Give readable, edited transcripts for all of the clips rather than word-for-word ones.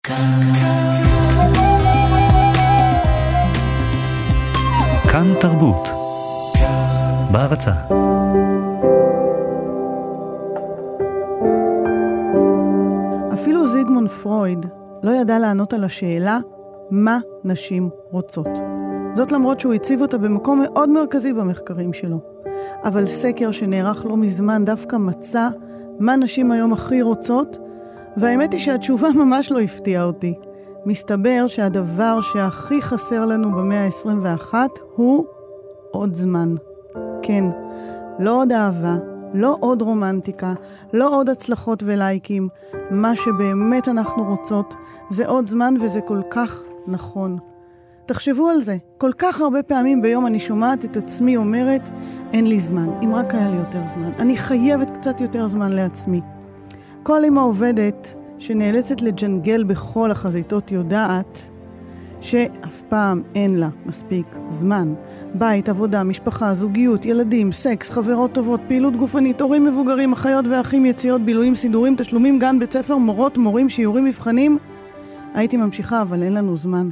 כאן תרבות. בהרצאה. אפילו זיגמונד פרויד לא ידע לענות על השאלה מה נשים רוצות. זאת למרות שהוא הציב אותה במקום מאוד מרכזי במחקרים שלו. אבל סקר שנערך לא מזמן דווקא מצא מה נשים היום הכי רוצות, והאמת היא שהתשובה ממש לא הפתיעה אותי. מסתבר שהדבר שהכי חסר לנו במאה ה-21 הוא עוד זמן. כן, לא עוד אהבה, לא עוד רומנטיקה, לא עוד הצלחות ולייקים. מה שבאמת אנחנו רוצות זה עוד זמן, וזה כל כך נכון. תחשבו על זה. כל כך הרבה פעמים ביום אני שומעת את עצמי אומרת, אין לי זמן, אם רק היה לי יותר זמן. אני חייבת קצת יותר זמן לעצמי. כל אמא עובדת שנאלצת לג'נגל בכל החזיתות יודעת שאף פעם אין לה מספיק זמן. בית, עבודה, משפחה, זוגיות, ילדים, סקס, חברות טובות, פעילות גופנית, הורים מבוגרים, אחיות ואחים, יציאות, בילויים, סידורים, תשלומים, גן, בית ספר, מורות, מורים, שיעורים, מבחנים. הייתי ממשיכה, אבל אין לנו זמן.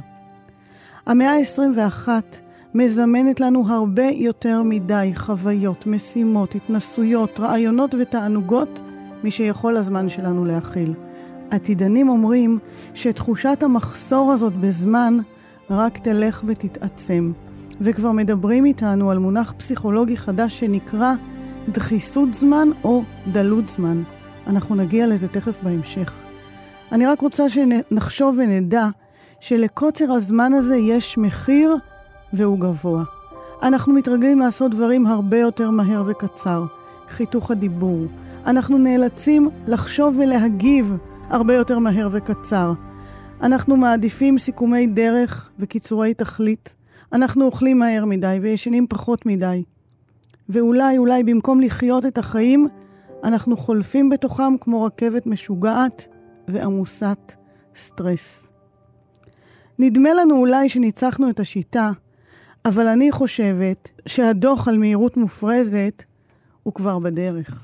המאה ה-21 מזמנת לנו הרבה יותר מדי חוויות, משימות, התנסויות, רעיונות ותענוגות משיכול הזמן שלנו להכיל. עתידנים אומרים שתחושת המחסור הזאת בזמן רק תלך ותתעצם. וכבר מדברים איתנו על מונח פסיכולוגי חדש שנקרא דחיסות זמן או דלות זמן. אנחנו נגיע לזה תכף בהמשך. אני רק רוצה שנחשוב ונדע שלקוצר הזמן הזה יש מחיר והוא גבוה. אנחנו מתרגלים לעשות דברים הרבה יותר מהר וקצר. חיתוך הדיבור. אנחנו נאלצים לחשוב ולהגיב הרבה יותר מהר וקצר. אנחנו מעדיפים סיכומי דרך וקיצורי תכלית. אנחנו אוכלים מהר מדי וישנים פחות מדי. ואולי במקום לחיות את החיים, אנחנו חולפים בתוכם כמו רכבת משוגעת ועמוסת סטרס. נדמה לנו אולי שניצחנו את השיטה, אבל אני חושבת שהדוח על מהירות מופרזת הוא כבר בדרך.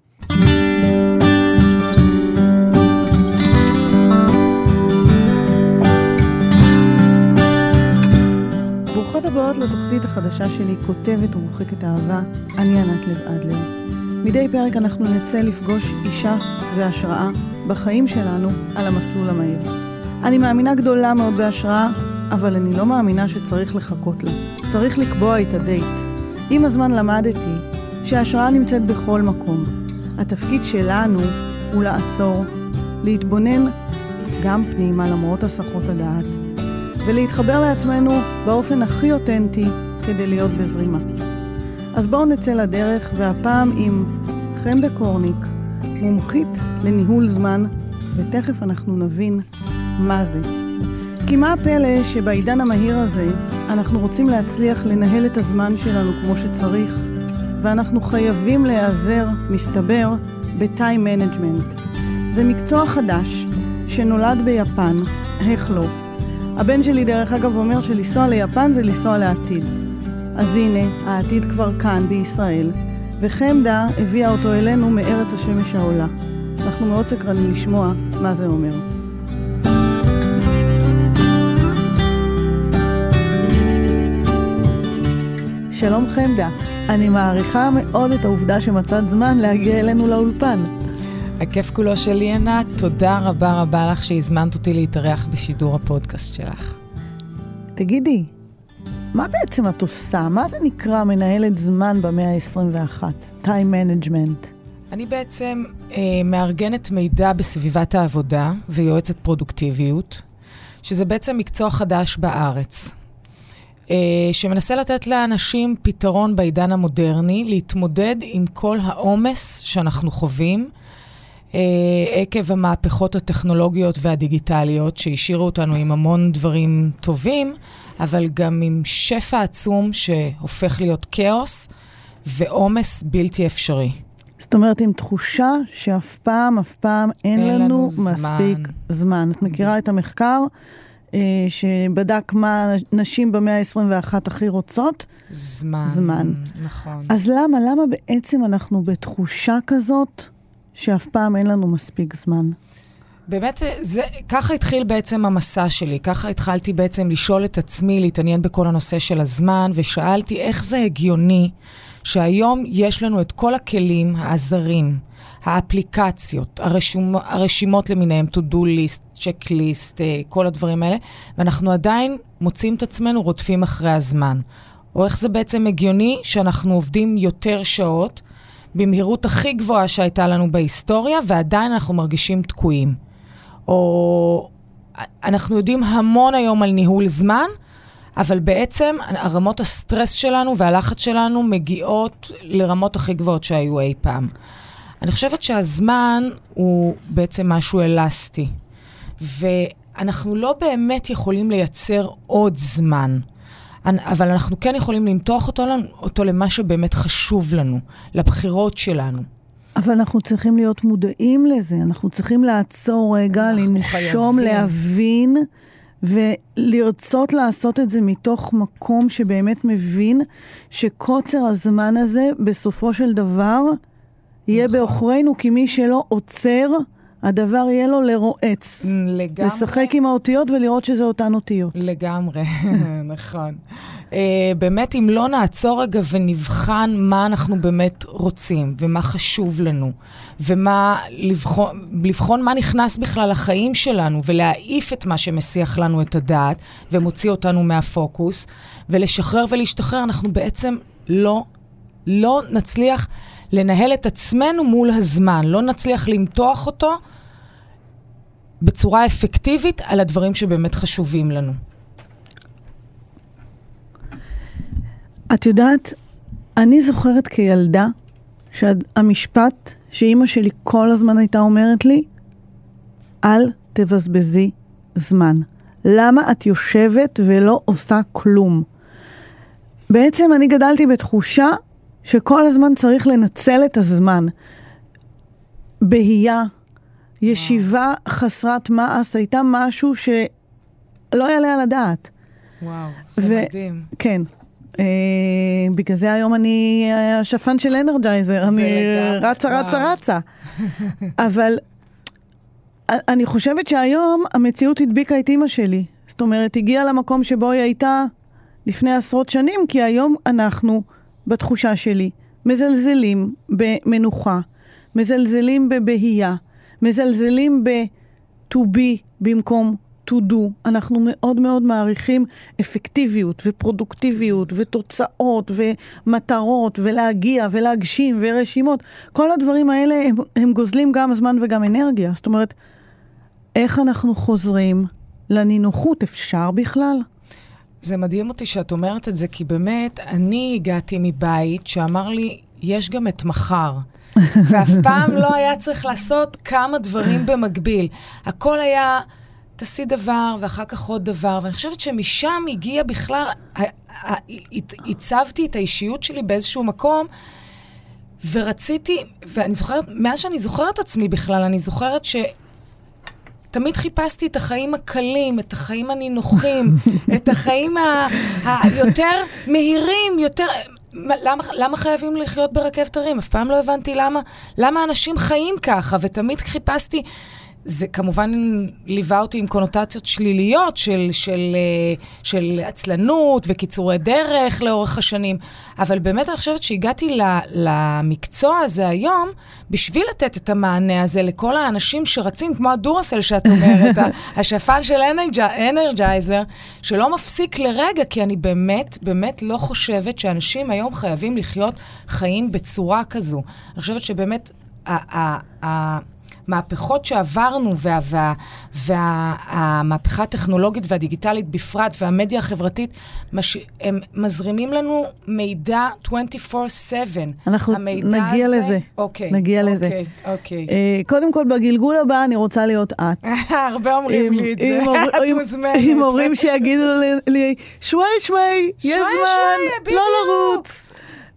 ברוכות הבאות לתוכנית החדשה שלי, כותבת ומוחקת אהבה, אני ענת לב אדלר. מדי פרק אנחנו נצא לפגוש אישה והשראה בחיים שלנו על המסלול המהיר. אני מאמינה גדולה מאוד בהשראה, אבל אני לא מאמינה שצריך לחכות לה. צריך לקבוע את הדייט. עם הזמן למדתי שההשראה נמצאת בכל מקום. התפקיד שלנו הוא לעצור, להתבונן גם פנימה למרות הסחות הדעת, ולהתחבר לעצמנו באופן הכי אותנטי כדי להיות בזרימה. אז בואו נצא לדרך, והפעם עם חמדה קורניק, מומחית לניהול זמן, ותכף אנחנו נבין מה זה. כי מה הפלא שבעידן המהיר הזה אנחנו רוצים להצליח לנהל את הזמן שלנו כמו שצריך, ואנחנו חייבים להיעזר, מסתבר, בטיים מנג'מנט. זה מקצוע חדש שנולד ביפן, איך לא. הבן שלי דרך אגב אומר שלנסוע ליפן זה לנסוע לעתיד. אז הנה, העתיד כבר כאן בישראל, וחמדה הביאה אותו אלינו מארץ השמש העולה. אנחנו מאוד סקרנים לשמוע מה זה אומר. שלום חמדה, אני מעריכה מאוד את העובדה שמצאת זמן להגיע אלינו לאולפן. הכיף כולו שלי, ענת. תודה רבה רבה לך שהזמנת אותי להתארח בשידור הפודקאסט שלך. תגידי, מה בעצם את עושה? מה זה נקרא מנהלת זמן במאה ה-21? Time Management. אני בעצם מארגנת מידע בסביבת העבודה ויועצת פרודוקטיביות, שזה בעצם מקצוע חדש בארץ, שמנסה לתת לאנשים פתרון בעידן המודרני, להתמודד עם כל העומס שאנחנו חווים, עקב המהפכות הטכנולוגיות והדיגיטליות שהשאירו אותנו עם המון דברים טובים, אבל גם עם שפע עצום שהופך להיות כאוס ועומס בלתי אפשרי. זאת אומרת, עם תחושה שאף פעם אין לנו מספיק זמן. את מכירה את המחקר שבדק מה נשים במאה ה-21 הכי רוצות? זמן. נכון. אז למה בעצם אנחנו בתחושה כזאת שאף פעם אין לנו מספיק זמן? באמת, ככה התחיל בעצם המסע שלי, ככה התחלתי בעצם לשאול את עצמי, להתעניין בכל הנושא של הזמן, ושאלתי איך זה הגיוני שהיום יש לנו את כל הכלים העזרים, האפליקציות, הרשימות למיניהם, to-do list, checklist, כל הדברים האלה, ואנחנו עדיין מוצאים את עצמנו רודפים אחרי הזמן. או איך זה בעצם הגיוני שאנחנו עובדים יותר שעות, במהירות הכי גבוהה שהייתה לנו בהיסטוריה, ועדיין אנחנו מרגישים תקועים. או אנחנו יודעים המון היום על ניהול זמן, אבל בעצם הרמות הסטרס שלנו והלחץ שלנו מגיעות לרמות הכי גבוהות שהיו אי פעם. אני חושבת שהזמן הוא בעצם משהו אלסטי, ואנחנו לא באמת יכולים לייצר עוד זמן, אבל אנחנו כן יכולים למתוח אותו למה שבאמת חשוב לנו, לבחירות שלנו. אבל אנחנו צריכים להיות מודעים לזה, אנחנו צריכים לעצור רגע, לנשום, להבין, ולרצות לעשות את זה מתוך מקום שבאמת מבין שקוצר הזמן הזה בסופו של דבר יהיה באוכרינו, כי מי שלא עוצר, הדבר יהיה לו לרועץ. לגמרי. לשחק עם האותיות ולראות שזה אותן אותיות. לגמרי, נכון. באמת, אם לא נעצור רגע ונבחן מה אנחנו באמת רוצים, ומה חשוב לנו, ומה לבחון מה נכנס בכלל לחיים שלנו, ולהעיף את מה שמסיח לנו את הדעת, ומוציא אותנו מהפוקוס, ולשחרר ולהשתחרר, אנחנו בעצם לא נצליח לנהל את עצמנו מול הזמן, לא נצליח למתוח אותו בצורה אפקטיבית על הדברים שבאמת חשובים לנו. את יודעת, אני זוכרת כילדה שהמשפט שאימא שלי כל הזמן הייתה אומרת לי, אל תבזבזי זמן. למה את יושבת ולא עושה כלום? בעצם אני גדלתי בתחושה שכל הזמן צריך לנצל את הזמן. בהייה, ישיבה חסרת מעש, הייתה משהו שלא יעלה על הדעת. וואו, זה מדהים. כן. בגלל זה היום אני השפן של אנרג'ייזר, אני רצה. אבל אני חושבת שהיום המציאות הדביקה את אמא שלי. זאת אומרת, הגיעה למקום שבו היא הייתה לפני עשרות שנים, כי היום אנחנו בתחושה שלי מזלזלים במנוחה, מזלזלים בבהייה, מזלזלים ב-to be במקום to do. אנחנו מאוד מאוד מעריכים אפקטיביות ופרודוקטיביות ותוצאות ומטרות ולהגיע ולהגשים ורשימות. כל הדברים האלה הם גוזלים גם זמן וגם אנרגיה. זאת אומרת, איך אנחנו חוזרים לנינוחות? אפשר בכלל? זה מדהים אותי שאת אומרת את זה, כי באמת אני הגעתי מבית שאמר לי, יש גם את מחר. ואף פעם לא היה צריך לעשות כמה דברים במקביל. הכל היה תעשי דבר ואחר כך עוד דבר, ואני חושבת שמשם הגיע בכלל, הצבתי את האישיות שלי באיזשהו מקום, ורציתי, ואני זוכרת, מאז שאני זוכרת עצמי בכלל, אני זוכרת תמיד חיפשתי את החיים הקלים, את החיים הנינוחים, את החיים היותר מהירים, יותר... למה חייבים לחיות ברכבת הרים? אף פעם לא הבנתי למה אנשים חיים ככה, ותמיד חיפשתי... זה כמובן ליווה אותי עם קונוטציות שליליות של עצלנות וקיצורי דרך לאורך השנים, אבל באמת אני חושבת שהגעתי למקצוע הזה היום, בשביל לתת את המענה הזה לכל האנשים שרצים, כמו הדורסל שאת אומרת, השפן של אנרג'ייזר, שלא מפסיק לרגע, כי אני באמת לא חושבת שאנשים היום חייבים לחיות חיים בצורה כזו. אני חושבת שבאמת מהפכות שעברנו, והמהפכה הטכנולוגית והדיגיטלית בפרט, והמדיה החברתית, הם מזרימים לנו מידע 24/7. אנחנו נגיע לזה. נגיע לזה. קודם כל, בגלגול הבא אני רוצה להיות את. הרבה אומרים לי את זה. את מוזמנת. עם הורים שיגידו לי, שווי, יש זמן, לא לרוץ.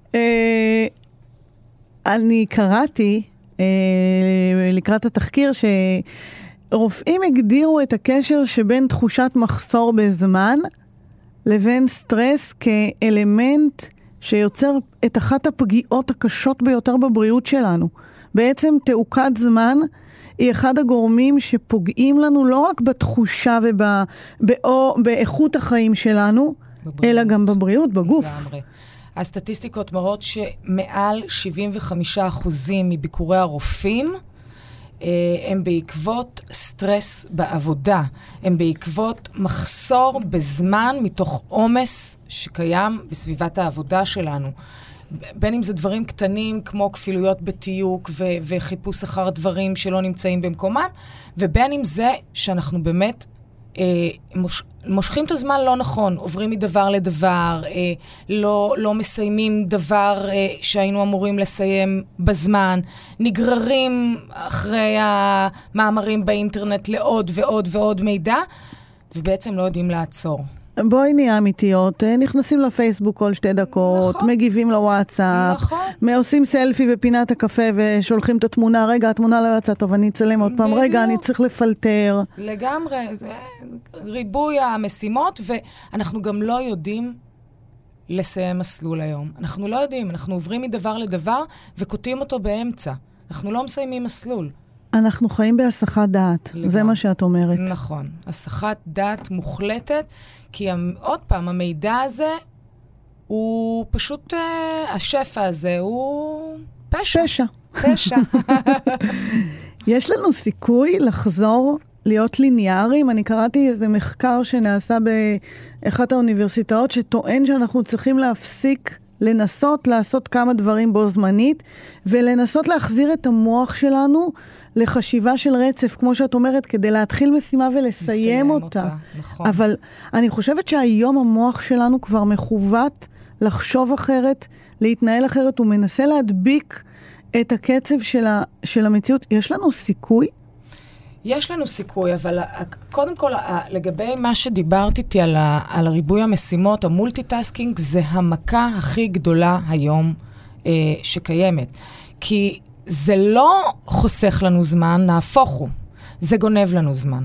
אני קראתי, לקראת התחקיר, שרופאים הגדירו את הקשר שבין תחושת מחסור בזמן לבין סטרס כאלמנט שיוצר את אחת הפגיעות הקשות ביותר בבריאות שלנו. בעצם תעוקת זמן היא אחד הגורמים שפוגעים לנו לא רק בתחושה ובאיכות החיים שלנו, בבריאות. אלא גם בבריאות, בגוף. לגמרי. הסטטיסטיקות מראות שמעל 75% מביקורי הרופאים הם בעקבות סטרס בעבודה, הם בעקבות מחסור בזמן מתוך עומס שקיים בסביבת העבודה שלנו. בין אם זה דברים קטנים כמו כפילויות בתיוק וחיפוש אחר דברים שלא נמצאים במקומם, ובין אם זה שאנחנו באמת מושכים את הזמן לא נכון, עוברים מדבר לדבר, לא מסיימים דבר שהיינו אמורים לסיים בזמן, נגררים אחרי המאמרים באינטרנט לעוד ועוד ועוד מידע, ובעצם לא יודעים לעצור. בואי נהיה אמיתיות, נכנסים לפייסבוק כל 2 דקות, נכון. מגיבים לוואטסאפ, נכון. עושים סלפי בפינת הקפה ושולחים את התמונה, רגע, התמונה לא יצאה טוב, אני אצלם עוד פעם, רגע, אני צריך לפלטר. לגמרי, זה ריבוי המשימות, ואנחנו גם לא יודעים לסיים מסלול היום. אנחנו לא יודעים, אנחנו עוברים מדבר לדבר וקוטעים אותו באמצע. אנחנו לא מסיימים מסלול. אנחנו חיים בהסחת דעת, זה מה שאת אומרת. נכון, הסחת דעת מוחלטת, כי עוד פעם, המידע הזה הוא פשוט, השפע הזה הוא פשע. פשע. יש לנו סיכוי לחזור להיות ליניאריים? אני קראתי איזה מחקר שנעשה באחת האוניברסיטאות, שטוען שאנחנו צריכים להפסיק לנסות לעשות כמה דברים בו זמנית, ולנסות להחזיר את המוח שלנו לחשיבה של רצף, כמו שאת אומרת, כדי להתחיל משימה ולסיים אותה. נכון. אבל אני חושבת שהיום המוח שלנו כבר מכוות לחשוב אחרת, להתנהל אחרת, הוא מנסה להדביק את הקצב של המציאות. יש לנו סיכוי? יש לנו סיכוי, אבל קודם כל, לגבי מה שדיברת איתי על הריבוי המשימות, המולטיטאסקינג, זה המכה הכי גדולה היום שקיימת. כי זה לא חוסך לנו זמן, נהפוך הוא. זה גונב לנו זמן.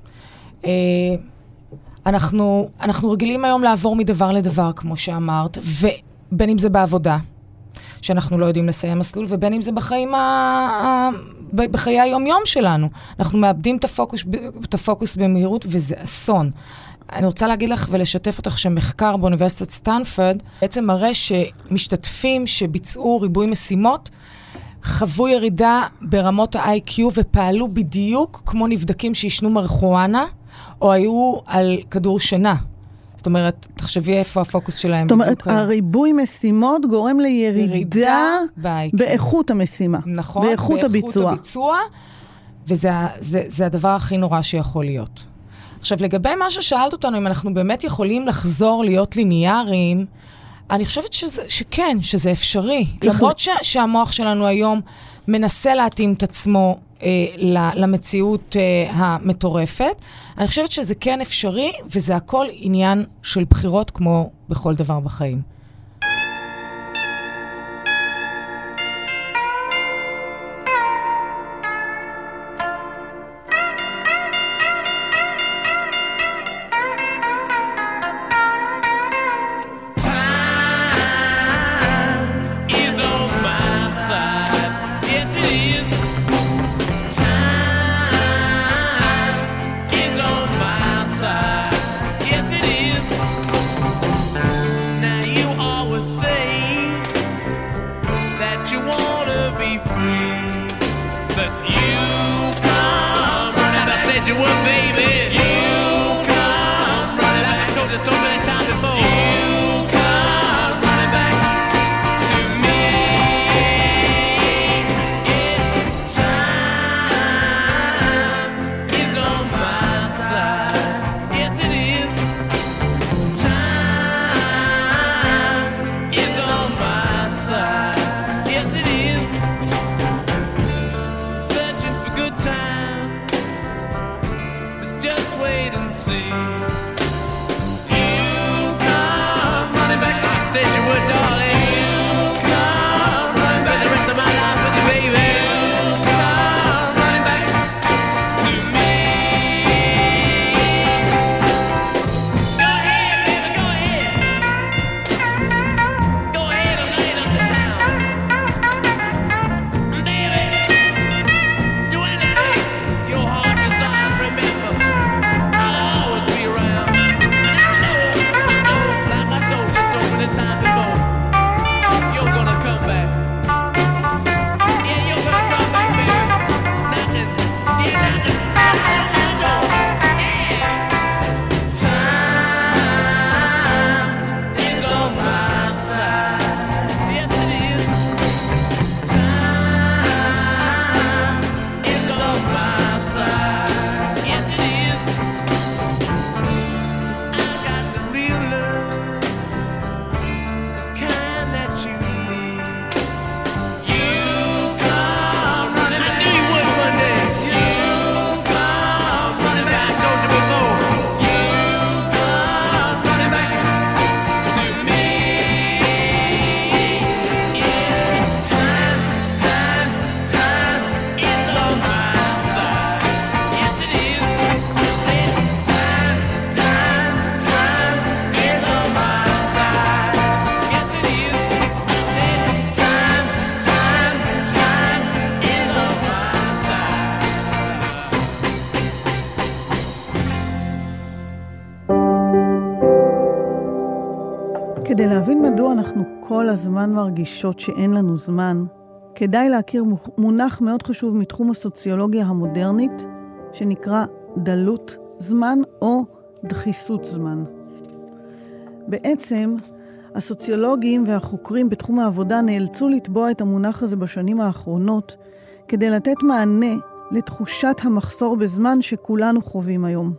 אנחנו רגילים היום לעבור מדבר לדבר, כמו שאמרת, ובין אם זה בעבודה, שאנחנו לא יודעים לסיים מסלול, ובין אם זה בחיי היום-יום שלנו. אנחנו מאבדים את הפוקוס במהירות, וזה אסון. אני רוצה להגיד לך ולשתף אותך שמחקר באוניברסיטת סטנפורד, בעצם מראה שמשתתפים שביצעו ריבוי משימות, חוו ירידה ברמות ה-IQ ופעלו בדיוק כמו נבדקים שישנו מריחואנה, או היו על כדור שינה. זאת אומרת, תחשבי איפה הפוקוס שלהם. זאת אומרת, הריבוי משימות גורם לירידה באיכות המשימה. נכון, באיכות הביצוע. וזה הדבר הכי נורא שיכול להיות. עכשיו, לגבי מה ששאלת אותנו, אם אנחנו באמת יכולים לחזור להיות ליניאריים, אני חושבת שכן, שזה אפשרי. למרות שהמוח שלנו היום מנסה להתאים את עצמו למציאות המטורפת, אני חושבת שזה כן אפשרי, וזה הכל עניין של בחירות כמו בכל דבר בחיים. כדי להבין מדוע אנחנו כל הזמן מרגישות שאין לנו זמן, כדאי להכיר מונח מאוד חשוב מתחום הסוציולוגיה המודרנית, שנקרא דלות זמן או דחיסות זמן. בעצם, הסוציולוגים והחוקרים בתחום העבודה נאלצו לטבוע את המונח הזה בשנים האחרונות, כדי לתת מענה לתחושת המחסור בזמן שכולנו חווים היום.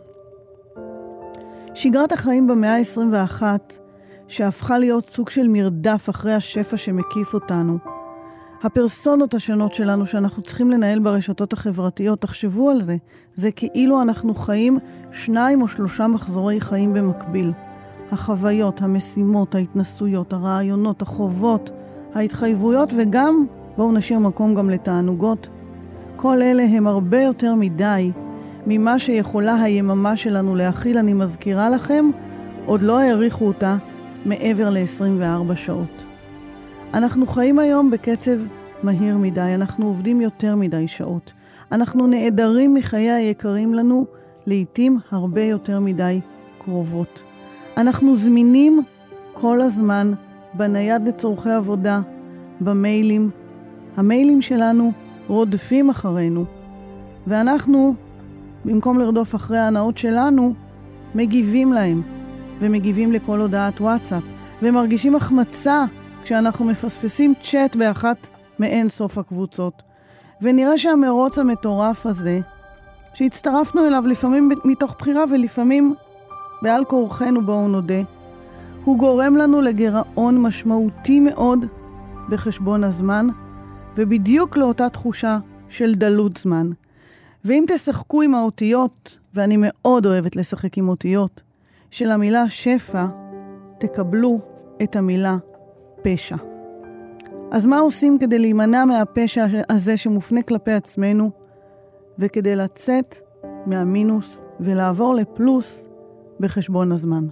שגרת החיים במאה ה-21, שהפכה להיות סוג של מרדף אחרי השפע שמקיף אותנו, הפרסונות השונות שלנו שאנחנו צריכים לנהל ברשתות החברתיות, תחשבו על זה, זה כאילו אנחנו חיים 2 או 3 מחזורי חיים במקביל. החוויות, המשימות, ההתנסויות, הרעיונות, החובות, ההתחייבויות וגם, בואו נשאיר מקום גם לתענוגות. כל אלה הם הרבה יותר מדי ממה שיכולה היממה שלנו להכיל. אני מזכירה לכם, עוד לא העריכו אותה מעבר ל-24 שעות. אנחנו חיים היום בקצב מהיר מדי, אנחנו עובדים יותר מדי שעות. אנחנו נעדרים מחיי היקרים לנו, לעתים הרבה יותר מדי קרובות. אנחנו זמינים כל הזמן בנייד לצורכי עבודה, במיילים. המיילים שלנו רודפים אחרינו, ואנחנו, במקום לרדוף אחרי ההנאות שלנו, מגיבים להם, ומגיבים לכל הודעת וואטסאפ, ומרגישים החמצה כשאנחנו מפספסים צ'אט באחת מאין סוף הקבוצות. ונראה שהמרוץ המטורף הזה, שהצטרפנו אליו לפעמים מתוך בחירה ולפעמים בעל כורחנו, בואו נודה, הוא גורם לנו לגירעון משמעותי מאוד בחשבון הזמן, ובדיוק לאותה תחושה של דלות זמן. ואם תשחקו עם האותיות, ואני מאוד אוהבת לשחק עם אותיות, של המילה שפע, תקבלו את המילה פשע. אז מה עושים כדי להימנע מהפשע הזה שמופנה כלפי עצמנו, וכדי לצאת מהמינוס ולעבור לפלוס בחשבון הזמן?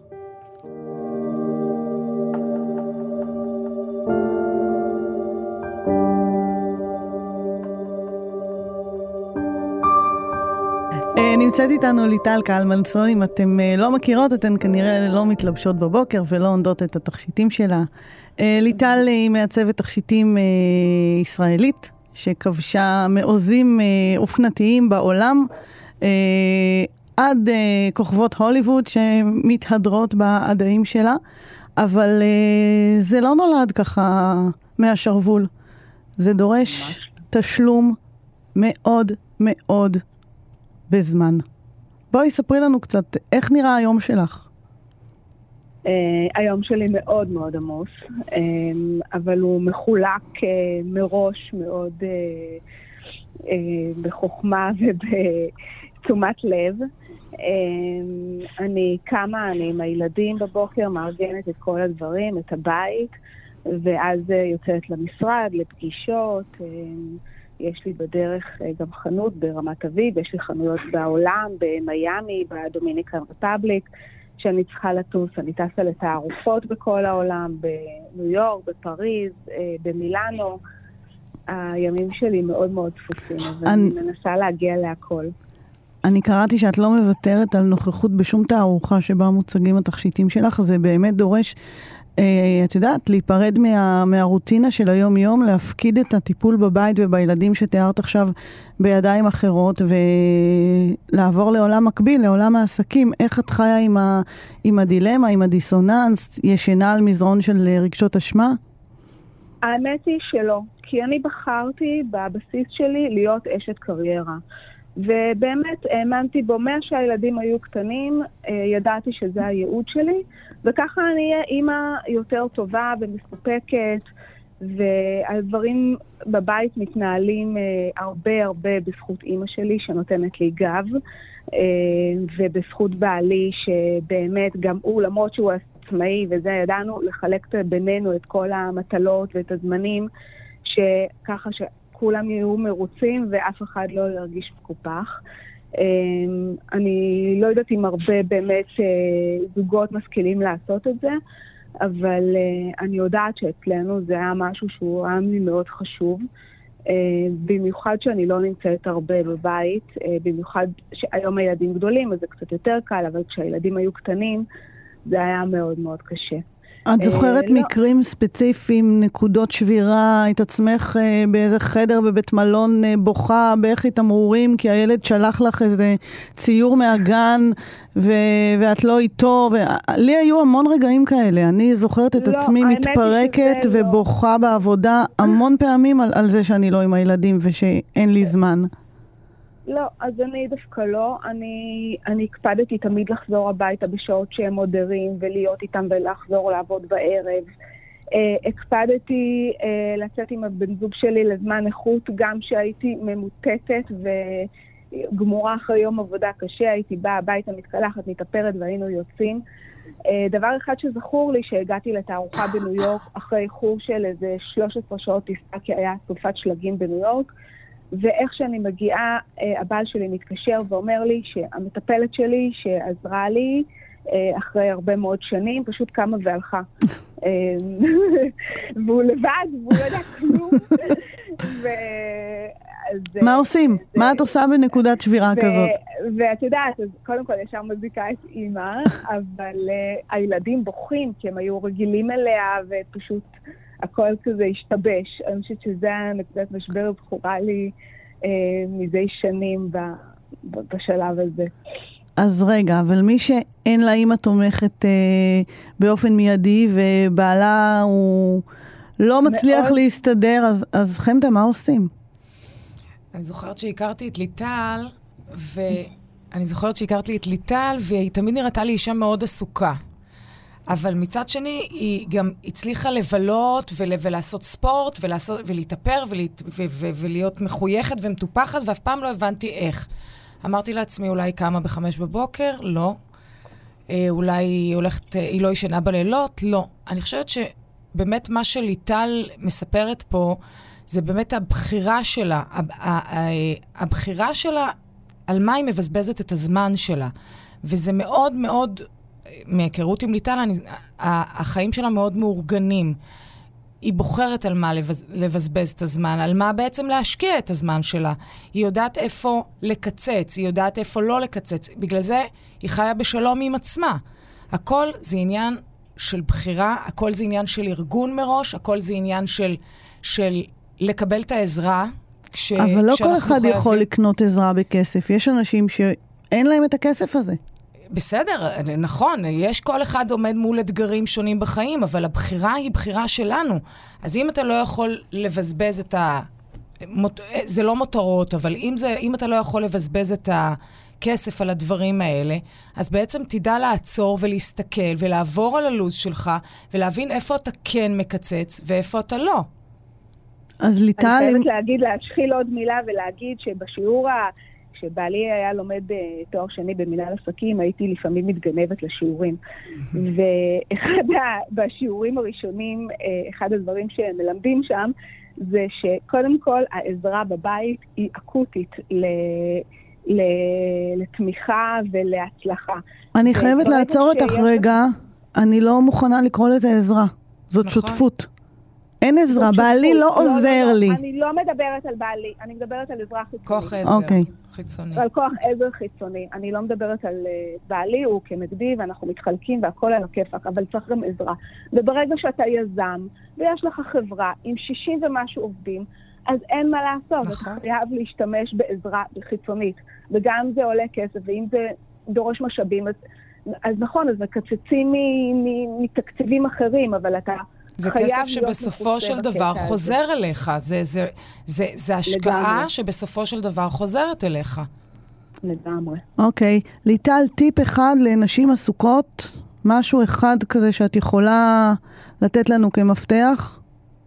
נמצאת איתנו ליטל קלמנסון. אם אתם לא מכירות, אתן כנראה לא מתלבשות בבוקר ולא עונדות את התכשיטים שלה. ליטל היא מעצבת תכשיטים ישראלית, שכבשה מעוזים אופנתיים בעולם, עד כוכבות הוליווד שמתהדרות בעדיים שלה, אבל זה לא נולד ככה מהשרוול. זה דורש תשלום מאוד מאוד בזמן. בואי ספרי לנו קצת, איך נראה היום שלך? היום שלי מאוד מאוד עמוס, אבל הוא מחולק מראש מאוד בחוכמה ובתשומת לב. אני עם הילדים בבוקר, מארגנת את כל הדברים, את הבית, ואז יוצאת למשרד, לפגישות. יש לי בדרך גם חנות ברמת אביב, יש לי חנויות בעולם, במיימי, בדומיניקן רפבליק, שאני צריכה לטוס. אני טסה לתערופות בכל העולם, בניו יורק, בפריז, במילאנו. הימים שלי מאוד מאוד תפוסים, אז אני מנסה להגיע להכל. אני קראתי שאת לא מוותרת על נוכחות בשום תערוכה שבה מוצגים התכשיטים שלך, זה באמת דורש, את יודעת, להיפרד מהרוטינה של היום-יום, להפקיד את הטיפול בבית ובילדים שתיארת עכשיו בידיים אחרות, ולעבור לעולם מקביל, לעולם העסקים. איך את חיה עם הדילמה, עם הדיסוננס? ישנה על מזרון של רגשות אשמה? האמת היא שלא, כי אני בחרתי בבסיס שלי להיות אשת קריירה. ובאמת האמנתי בו, שהילדים היו קטנים, ידעתי שזה הייעוד שלי, וככה אני אהיה אימא יותר טובה ומסופקת, והדברים בבית מתנהלים הרבה הרבה בזכות אימא שלי שנותנת לי גב, ובזכות בעלי שבאמת גם הוא, למרות שהוא עצמאי וזה, ידענו לחלק בינינו את כל המטלות ואת הזמנים, שככה כולם יהיו מרוצים ואף אחד לא ירגיש מקופח. אני לא יודעת אם הרבה באמת זוגות משכילים לעשות את זה, אבל אני יודעת שאצלנו זה היה משהו שהוא היה לי מאוד חשוב, במיוחד שאני לא נמצאת הרבה בבית, במיוחד שהיום הילדים גדולים אז זה קצת יותר קל, אבל כשהילדים היו קטנים זה היה מאוד מאוד קשה. את זוכרת מקרים ספציפיים, נקודות שבירה, את עצמך באיזה חדר בבית מלון בוכה, באיך תמרורים, כי הילד שלח לך איזה ציור מהגן, ואת לא איתו, לי היו המון רגעים כאלה, אני זוכרת את עצמי מתפרקת ובוכה בעבודה המון פעמים על זה שאני לא עם הילדים ושאין לי זמן. לא, אז אני דווקא לא. אני הקפדתי תמיד לחזור הביתה בשעות שהם עוד ערים, ולהיות איתם ולחזור לעבוד בערב. הקפדתי לצאת עם הבן זוג שלי לזמן איכות, גם שהייתי ממוטטת וגמורה אחרי יום עבודה קשה, הייתי באה הביתה, מתקלחת, מתאפרת והיינו יוצאים. דבר אחד שזכור לי, שהגעתי לתערוכה בניו יורק אחרי איחור של איזה 13 שעות טיסה, כי היה סופת שלגים בניו יורק, ואיך שאני מגיעה, הבעל שלי מתקשר ואומר לי שהמטפלת שלי שעזרה לי אחרי הרבה מאוד שנים, פשוט קמה והלכה. והוא לבד, והוא לא יודע כלום. מה עושים? מה את עושה בנקודת שבירה כזאת? ואת יודעת, אז קודם כל ישר מזיקה את אימא, אבל הילדים בוכים, כי הם היו רגילים אליה, ופשוט הכל כזה השתבש. אני חושבת שזה נקודת משבר בחורה לי מזה שנים בשלב הזה. אז רגע, אבל מי שאין לה אימא תומכת באופן מיידי, ובעלה הוא לא מצליח מאוד להסתדר, אז חמדה, מה עושים? אני זוכרת שהכרתי את ליטל, והיא תמיד נראתה לי אישה מאוד עסוקה. אבל מצד שני, היא גם הצליחה לבלות ולעשות ספורט, ולהתאפר ולהיות מחויכת ומטופחת, ואף פעם לא הבנתי איך. אמרתי לעצמי, אולי קמה ב5 בבוקר? לא. אולי היא לא ישנה בלילות? לא. אני חושבת שבאמת מה שליטל מספרת פה, זה באמת הבחירה שלה. הבחירה שלה על מה היא מבזבזת את הזמן שלה. וזה מאוד מאוד, מהיכרות עם ליטל, החיים שלה מאוד מאורגנים. היא בוחרת על מה לבזבז את הזמן, על מה בעצם להשקיע את הזמן שלה. היא יודעת איפה לקצץ, היא יודעת איפה לא לקצץ. בגלל זה היא חיה בשלום עם עצמה. הכל זה עניין של בחירה, הכל זה עניין של ארגון מראש, הכל זה עניין של לקבל את העזרה. אבל לא כל אחד יכול לקנות עזרה בכסף. יש אנשים שאין להם את הכסף הזה. בסדר, נכון, יש כל אחד עומד מול אתגרים שונים בחיים, אבל הבחירה היא בחירה שלנו. אז אם אתה לא יכול לבזבז את זה לא מותרות, אבל אם אתה לא יכול לבזבז את הכסף על הדברים האלה, אז בעצם תדע לעצור ולהסתכל ולעבור על הלוז שלך, ולהבין איפה אתה כן מקצץ ואיפה אתה לא. אז ליטל... אני חייבת להשחיל עוד מילה ולהגיד שבשיעור כשבעלי היה לומד תואר שני במנהל עסקים, הייתי לפעמים מתגנבת לשיעורים. בשיעורים הראשונים, אחד הדברים שמלמדים שם, זה שקודם כל העזרה בבית היא אקוטית לתמיכה ולהצלחה. אני חייבת לעצור אותך רגע, אני לא מוכנה לקרוא לזה עזרה. זאת שותפות. אין עזרה, בעלי לא עוזר לי. אני לא מדברת על בעלי, אני מדברת על עזרה חיצונית. כוח עזר חיצוני. על כוח עזר חיצוני. אני לא מדברת על בעלי, הוא כנגדי, ואנחנו מתחלקים והכל על הכיפק, אבל צריך גם עזרה. וברגע שאתה יזם, ויש לך חברה עם 60 ומשהו עובדים, אז אין מה לעשות. אתה חייב להשתמש בעזרה חיצונית. וגם זה עולה כסף, ואם זה דורש משאבים, אז נכון, אז מקצצים מתקציבים אחרים, אבל אתה... זה כסף שבסופו של דבר חוזר אליך. זה השקעה שבסופו של דבר חוזרת אליך. לגמרי. אוקיי. ליטל, טיפ אחד לנשים עסוקות, משהו אחד כזה שאת יכולה לתת לנו כמפתח?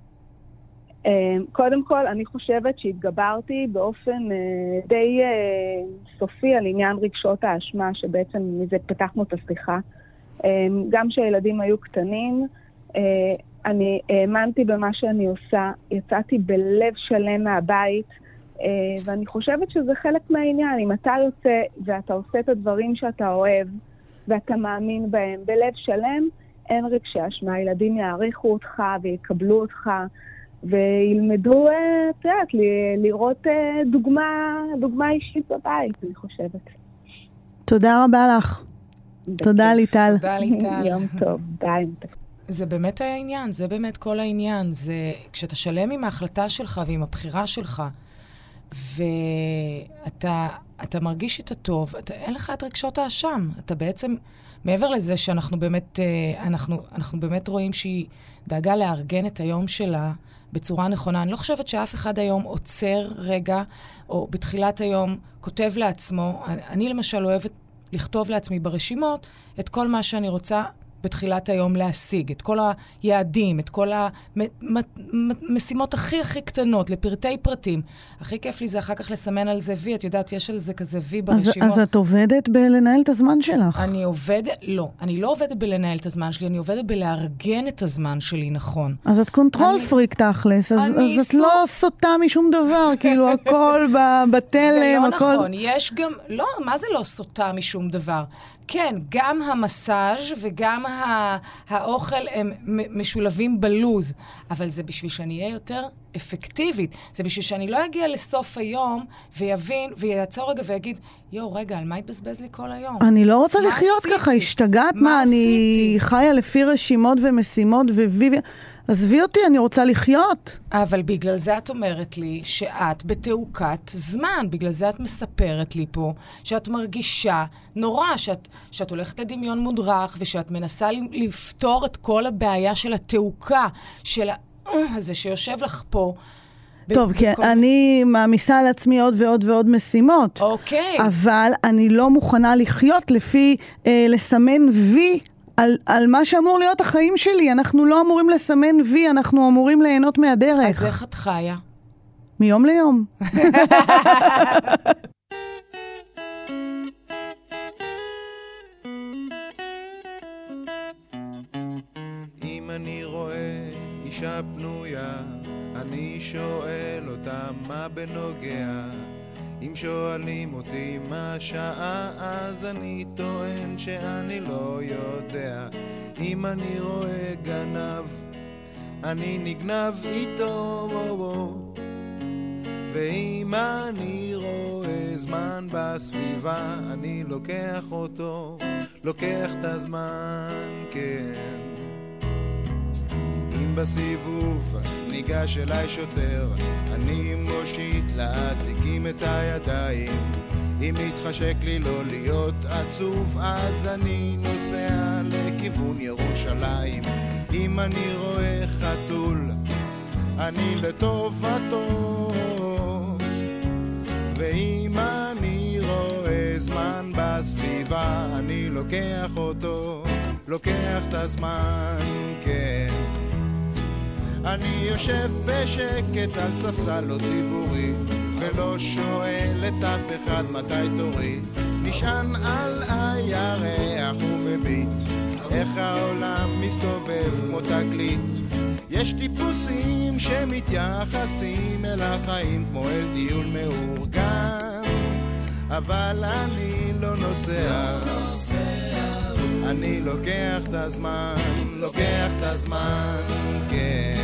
קודם כל, אני חושבת שהתגברתי באופן די סופי על עניין רגשות האשמה, שבעצם מזה פתחנו את השיחה. גם שהילדים היו קטנים, אני האמנתי במה שאני עושה, יצאתי בלב שלם מהבית, ואני חושבת שזה חלק מהעניין. אם אתה יוצא ואתה עושה את הדברים שאתה אוהב, ואתה מאמין בהם בלב שלם, אין רגשי אשמה. הילדים יעריכו אותך ויקבלו אותך, וילמדו, לראות דוגמה אישית בבית, אני חושבת. תודה רבה לך. תודה ליטל. תודה ליטל. יום טוב, ביי. זה באמת העניין, זה באמת כל העניין. זה כשאתה שלם עם ההחלטה שלך ועם הבחירה שלך, ואתה מרגיש את הטוב, אין לך את רגשות האשם. אתה בעצם, מעבר לזה שאנחנו באמת, אנחנו באמת רואים שהיא דאגה לארגן את היום שלה בצורה נכונה. אני לא חושבת שאף אחד היום עוצר רגע, או בתחילת היום כותב לעצמו. אני למשל אוהבת לכתוב לעצמי ברשימות את כל מה שאני רוצה בתחילת היום להשיג, את כל היעדים, את כל המשימות הכי קטנות, לפרטי פרטים. הכי כיף לי זה אחר כך לסמן על זה וי, את יודעת, יש על זה כזה וי ברשימות. אז את עובדת בלנהל את הזמן שלך? אני לא עובדת בלנהל את הזמן שלי, אני עובדת בלארגן את הזמן שלי, נכון. אז את קונטרול פריק תכלס, אז את לא סוטה משום דבר, כאילו הכל בתלם, זה לא הכל... נכון, יש גם, לא, מה זה לא סוטה משום דבר? כן, גם המסאז' וגם האוכל הם משולבים בלוז, אבל זה בשביל שאני אהיה יותר אפקטיבית. זה בשביל שאני לא אגיע לסוף היום ויבין, ויעצור רגע ויגיד, רגע, על מה התבזבז לי כל היום? אני לא רוצה לחיות ככה, השתגעת מה? אני חיה לפי רשימות ומשימות עזבי אותי, אני רוצה לחיות. אבל בגלל זה את אומרת לי שאת בתעוקת זמן, בגלל זה את מספרת לי פה שאת מרגישה נורא, שאת הולכת לדמיון מודרך, ושאת מנסה לפתור את כל הבעיה של התעוקה, של הזה שיושב לך פה. טוב, כי אני מעמיסה על עצמי עוד ועוד ועוד משימות. אוקיי. אבל אני לא מוכנה לחיות לפי לסמן וי על מה שאמור להיות החיים שלי. אנחנו לא אמורים לסמן וי, אנחנו אמורים ליהנות מהדרך. אז איך את חיה? מיום ליום. אם אני רואה אישה פנויה, אני שואל אותה מה בנוגע. אם שואלים אותי מה השעה, אז אני טוען שאני לא יודע. אם אני רואה גנב, אני נגנב איתו. ואם אני רואה זמן בסביבה, אני לוקח אותו, לוקח את הזמן, כן. אם בסיבוב ניגש אליי שוטר, אני מושיט לאזיקים את הידיים. אם מתחשק לי לא להיות עצוב, אז אני נוסע לכיוון ירושלים. אם אני רואה חתול, אני לטובתו. ואם אני רואה זמן בסביבה, אני לוקח אותו, לוקח את הזמן, כן. אני יושב בשקט על ספסל לא ציבורי, ולא שואל את אף אחד מתי תורי. נשען על הירח ומביט איך העולם מסתובב כמו תגלית. יש טיפוסים שמתייחסים אל החיים כמו אל טיול מאורגן, אבל אני לא נוסע, אני לוקח את הזמן, לוקח את הזמן, כן.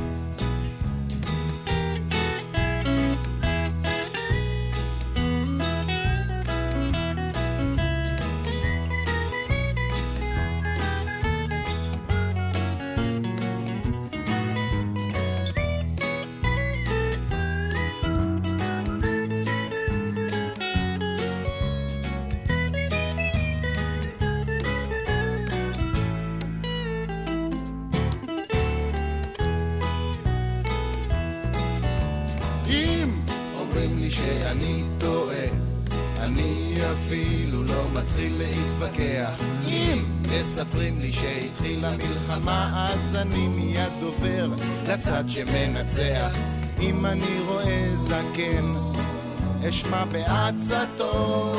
שאני טועה, אני אפילו לא מתחיל להתווכח. אם מספרים לי שהתחילה מלחמה, אז אני מיד עובר לצד שמנצח. אם אני רואה זקן, אשמע בעצתו.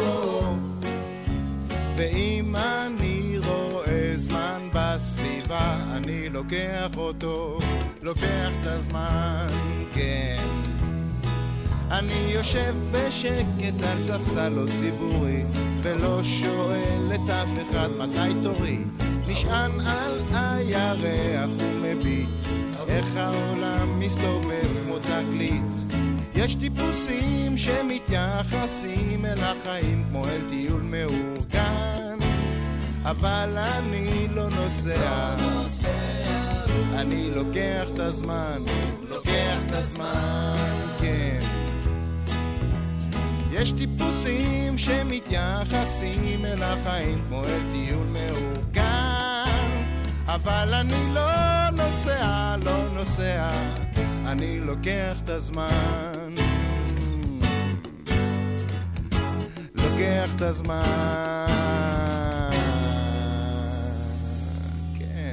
ואם אני רואה זמן בסביבה, אני לוקח אותו, לוקח את הזמן, כן. אני יושב בשקט על ספסל לא ציבורי, ולא שואל את אף אחד מתי תורי. נשען על הירח ומביט איך העולם מסתובב כמו תגלית. יש טיפוסים שמתייחסים אל החיים כמו אל טיול מאורגן, אבל אני לא נוסע, אני לוקח את הזמן, לוקח את הזמן, כן. יש טיפוסים שמתייחסים אל החיים כמו אל טיול מאורגן, אבל אני לא נוסע, לא נוסע, אני לוקח את הזמן, לוקח את הזמן, כן.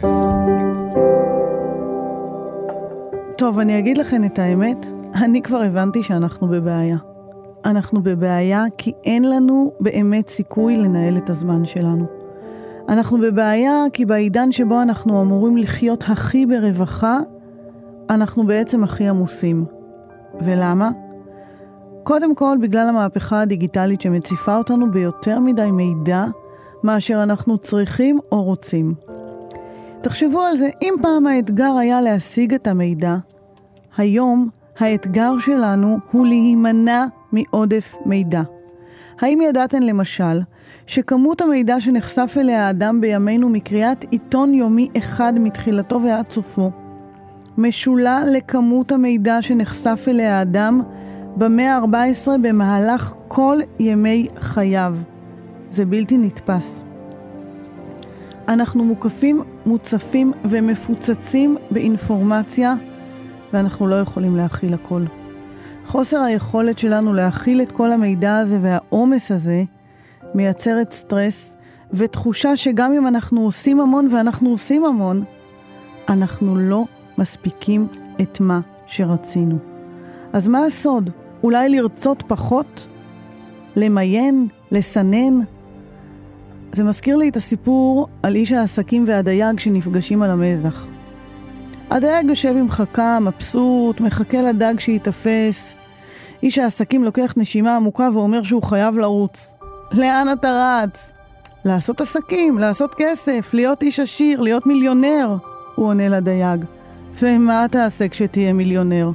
טוב, אני אגיד לכם את האמת, אני כבר הבנתי שאנחנו בבעיה. אנחנו בבעיה כי אין לנו באמת סיכוי לנהל את הזמן שלנו. אנחנו בבעיה כי בעידן שבו אנחנו אמורים לחיות הכי ברווחה, אנחנו בעצם הכי עמוסים. ולמה? קודם כל בגלל המהפכה הדיגיטלית שמציפה אותנו ביותר מדי מידע מאשר אנחנו צריכים או רוצים. תחשבו על זה, אם פעם האתגר היה להשיג את המידע, היום האתגר שלנו הוא להימנע מעודף מידע. האם ידעתן למשל שכמות המידע שנחשף אליה האדם בימינו מקריאת עיתון יומי אחד מתחילתו ועד סופו משולה לכמות המידע שנחשף אליה האדם במאה ה-14 במהלך כל ימי חייו? זה בלתי נתפס. אנחנו מוקפים, מוצפים ומפוצצים באינפורמציה ואנחנו לא יכולים להכיל הכל. חוסר היכולת שלנו להכיל את כל המידע הזה והעומס הזה מייצרת סטרס ותחושה שגם אם אנחנו עושים המון ואנחנו עושים המון, אנחנו לא מספיקים את מה שרצינו. אז מה הסוד? אולי לרצות פחות? למיין? לסנן? זה מזכיר לי את הסיפור על איש העסקים והדייג שנפגשים על המזח. הדייג יושב עם חכה, מבסוט, מחכה לדג שיתפס. איש העסקים לוקח נשימה עמוקה ואומר שהוא חייב לרוץ. לאן אתה רץ? לעשות עסקים, לעשות כסף, להיות איש עשיר, להיות מיליונר, הוא עונה לדייג. ומה תעשה כשתהיה מיליונר?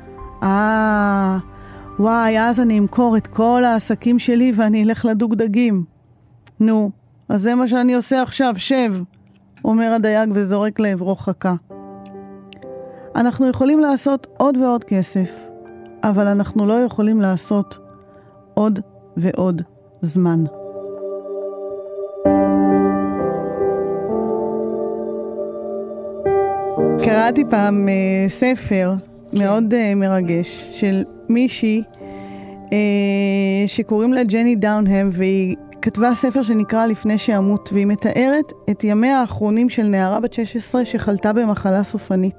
וואי, אז אני אמכור את כל העסקים שלי ואני אלך לדוג דגים. נו, אז זה מה שאני עושה עכשיו, שב, אומר הדייג וזורק לעברו חכה. אנחנו יכולים לעשות עוד ועוד כסף, אבל אנחנו לא יכולים לעשות עוד ועוד זמן. קראתי פעם ספר מאוד מרגש של מישהי שקוראים לה ג'ני דאונהאם, והיא כתבה ספר שנקרא לפני שאמות, והיא מתארת את ימיה האחרונים של נערה בת 16 שחלתה במחלה סופנית.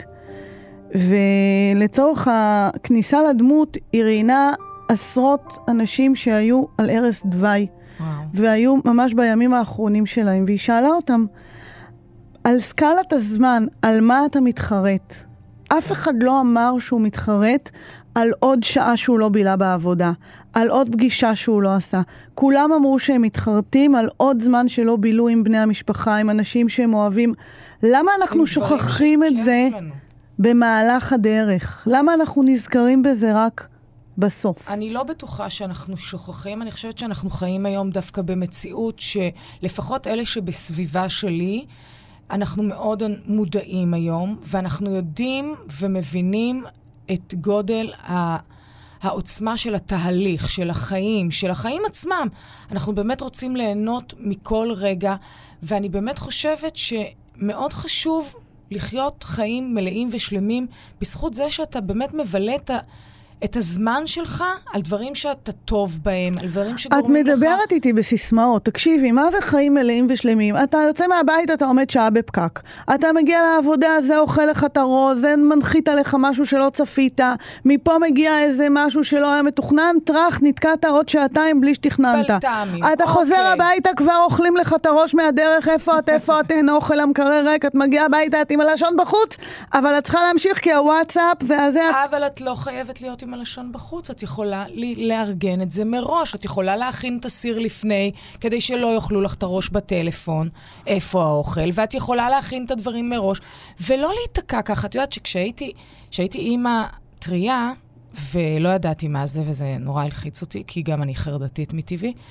ולצורך הכניסה לדמות היא ראיינה עשרות אנשים שהיו על ערש דווי, והיו ממש בימים האחרונים שלהם, והיא שאלה אותם על סקלת הזמן, על מה אתה מתחרט? אף אחד לא אמר שהוא מתחרט על עוד שעה שהוא לא בילה בעבודה, על עוד פגישה שהוא לא עשה. כולם אמרו שהם מתחרטים על עוד זמן שלא בילו עם בני המשפחה, עם אנשים שהם אוהבים. למה אנחנו שוכחים את זה במהלך הדרך? למה אנחנו נזכרים בזה רק בסוף? אני לא בטוחה שאנחנו שוכחים, אני חושבת שאנחנו חיים היום דווקא במציאות שלפחות אלה שבסביבה שלי, אנחנו מאוד מודעים היום, ואנחנו יודעים ומבינים את גודל העוצמה של התהליך, של החיים עצמם. אנחנו באמת רוצים ליהנות מכל רגע, ואני באמת חושבת שמאוד חשוב לחיות חיים מלאים ושלמים, בזכות זה שאתה באמת מבלה את הזמן שלך על דברים שאתה טוב בהם, על דברים שגורמים לך. את מדברת איתי בסיסמאות, תקשיבי, מה זה חיים מלאים ושלמים? אתה יוצא מהבית, אתה עומד שעה בפקק. אתה מגיע לעבודה, זה אוכל לך את הראש, זה מנחית עליך משהו שלא צפית, מפה מגיע איזה משהו שלא היה מתוכנן, טרח, נתקעת עוד שעתיים בלי שתכננת. אתה חוזר הביתה, כבר אוכלים לך את הראש מהדרך, איפה את, אין אוכל המקרר ריק, את מגיעה הביתה, את עם הלשון בחוץ, אבל את צריכה להמשיך כי הוואטסאפ והזה... אבל את לא חייבת להיות עם הלשון בחוץ, את יכולה לארגן את זה מראש, את יכולה להכין את הסיר לפני, כדי שלא יאכלו לך את הראש בטלפון, איפה האוכל, ואת יכולה להכין את הדברים מראש, ולא להתקע ככה. את יודעת שכשהייתי אימא טריה, ולא ידעתי מה זה, וזה נורא הלחיץ אותי, כי גם אני חרדתית מטבעי.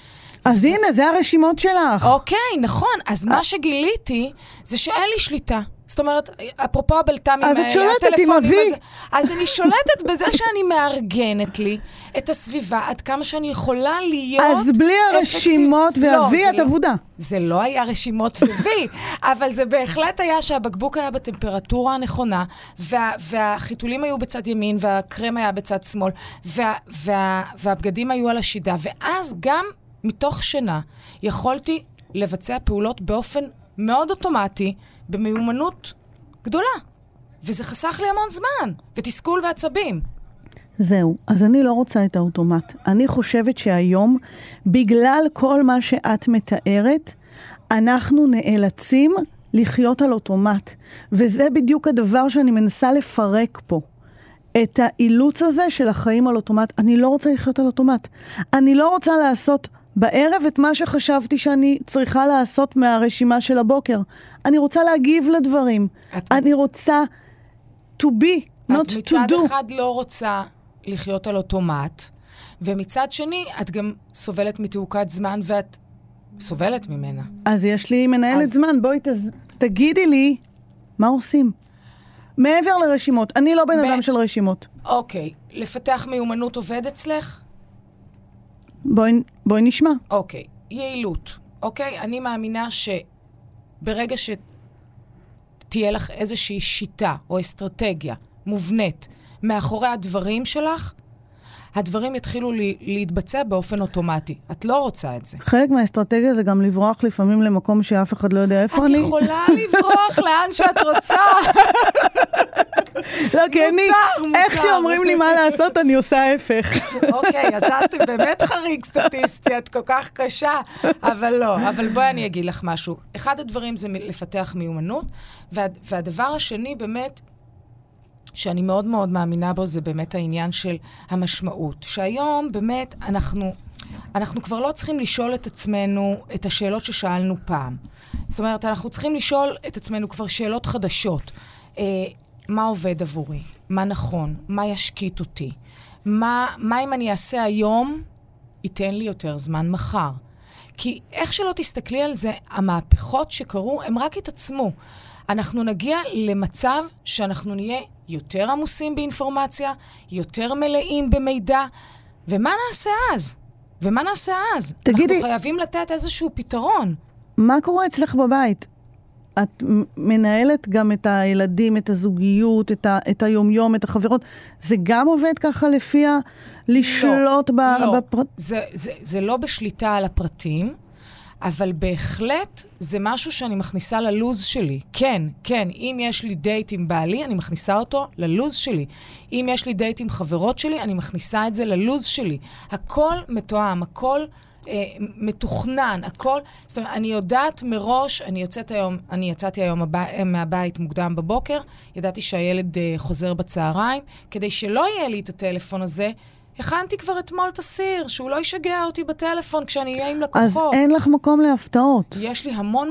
אז הנה, זה הרשימות שלך. אוקיי, נכון. אז מה שגיליתי זה שאין לי שליטה. זאת אומרת, אפרופו הבלת"מים האלה, אז את שולטת עם אבי. אז אני שולטת בזה שאני מארגנת לי את הסביבה, עד כמה שאני יכולה להיות אז בלי הרשימות ואבי את עבודה. זה לא היה רשימות ואבי, אבל זה בהחלט היה שהבקבוק היה בטמפרטורה הנכונה, והחיתולים היו בצד ימין, והקרם היה בצד שמאל, והבגדים היו על השידה, ואז גם מתוך שינה יכולתי לבצע פעולות באופן מאוד אוטומטי, במיומנות גדולה. וזה חסך לי המון זמן, ותסכול ועצבים. זהו, אז אני לא רוצה את האוטומט. אני חושבת שהיום, בגלל כל מה שאת מתארת, אנחנו נאלצים לחיות על אוטומט. וזה בדיוק הדבר שאני מנסה לפרק פה. את האילוץ הזה של החיים על אוטומט. אני לא רוצה לחיות על אוטומט. אני לא רוצה לעשות בערב את מה שחשבתי שאני צריכה לעשות מהרשימה של הבוקר. אני רוצה להגיב לדברים. אני רוצה to be, not to do. את מצד אחד לא רוצה לחיות על אוטומט, ומצד שני את גם סובלת מתעוקת זמן, ואת סובלת ממנה. אז יש לי מנהלת זמן. בואי תגידי לי מה עושים. מעבר לרשימות. אני לא בן אדם של רשימות. אוקיי. לפתח מיומנות עובד אצלך? בואי נשמע. אוקיי. יעילות. אוקיי? אני מאמינה שברגע שתהיה לך איזושהי שיטה או אסטרטגיה מובנית מאחורי הדברים שלך, הדברים יתחילו להתבצע באופן אוטומטי. את לא רוצה את זה. חלק מהאסטרטגיה זה גם לברוח לפעמים למקום שאף אחד לא יודע איפה אני. את יכולה לברוח לאן שאת רוצה. לא, כי אני, איך שאומרים לי מה לעשות, אני עושה ההפך. אוקיי, אז את באמת חריג סטטיסטי, את כל כך קשה, אבל לא. אבל בואי אני אגיד לך משהו. אחד הדברים זה לפתח מיומנות, והדבר השני באמת, שאני מאוד מאוד מאמינה בו, זה באמת העניין של המשמעות. שהיום באמת אנחנו כבר לא צריכים לשאול את עצמנו את השאלות ששאלנו פעם. זאת אומרת, אנחנו צריכים לשאול את עצמנו כבר שאלות חדשות. מה עובד עבורי? מה נכון? מה ישקיט אותי? מה אם אני אעשה היום, ייתן לי יותר זמן מחר? כי איך שלא תסתכלי על זה, המהפכות שקרו, הם רק התעצמו. אנחנו נגיע למצב שאנחנו נהיה יותר עמוסים באינפורמציה, יותר מלאים במידע, ומה נעשה אז? תגידי, אנחנו חייבים לתת איזשהו פתרון. מה קורה אצלך בבית? את מנהלת גם את הילדים, את הזוגיות, את היומיום, את החברות. זה גם עובד ככה לפי לשלוט בפרט? זה לא בשליטה על הפרטים, אבל בהחלט זה משהו שאני מכניסה ללוז שלי. כן, אם יש לי דייט עם בעלי, אני מכניסה אותו ללוז שלי. אם יש לי דייט עם חברות שלי, אני מכניסה את זה ללוז שלי. הכל מתואם, הכל מתוכנן, הכל. זאת אומרת, אני יודעת מראש, אני יצאתי היום מהבית מוקדם בבוקר, ידעתי שהילד חוזר בצהריים, כדי שלא יהיה לי את הטלפון הזה, הכנתי כבר אתמול את הסיר, שהוא לא ישגע אותי בטלפון כשאני אהיה עם לקוחות. אז אין לך מקום להפתעות. יש לי המון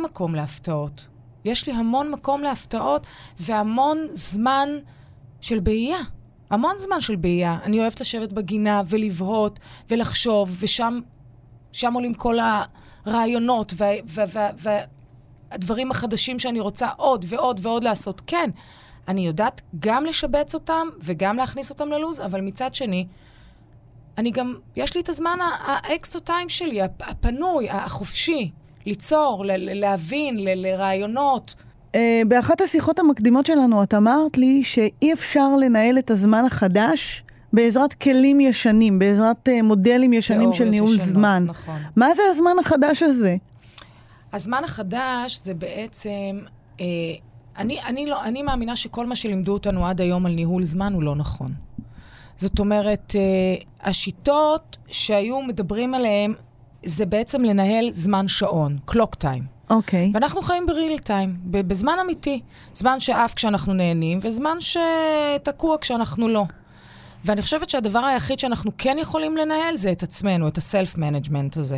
מקום להפתעות. והמון זמן של בהייה. אני אוהבת לשבת בגינה ולבהות ולחשוב, ושם עולים כל הרעיונות והדברים החדשים שאני רוצה עוד ועוד ועוד לעשות. כן, אני יודעת גם לשבץ אותם וגם להכניס אותם ללוז, אבל מצד שני, יש לי את הזמן האקסטרה טיים שלי, הפנוי, החופשי, ליצור, להבין, לרעיונות. באחת השיחות המקדימות שלנו, את אמרת לי שאי אפשר לנהל את הזמן החדש בעזרת כלים ישנים, בעזרת מודלים ישנים של ניהול זמן. נכון. מה זה הזמן החדש הזה? הזמן החדש זה בעצם, אני מאמינה שכל מה שלימדו אותנו עד היום על ניהול זמן הוא לא נכון. זאת אומרת, השיטות שהיו מדברים עליהן, זה בעצם לנהל זמן שעון, clock time. אוקיי. ואנחנו חיים בריל טיים, בזמן אמיתי. זמן שאף כשאנחנו נהנים, וזמן שתקוע כשאנחנו לא. ואני חושבת שהדבר היחיד שאנחנו כן יכולים לנהל, זה את עצמנו, את הסלף-מנג'מנט הזה.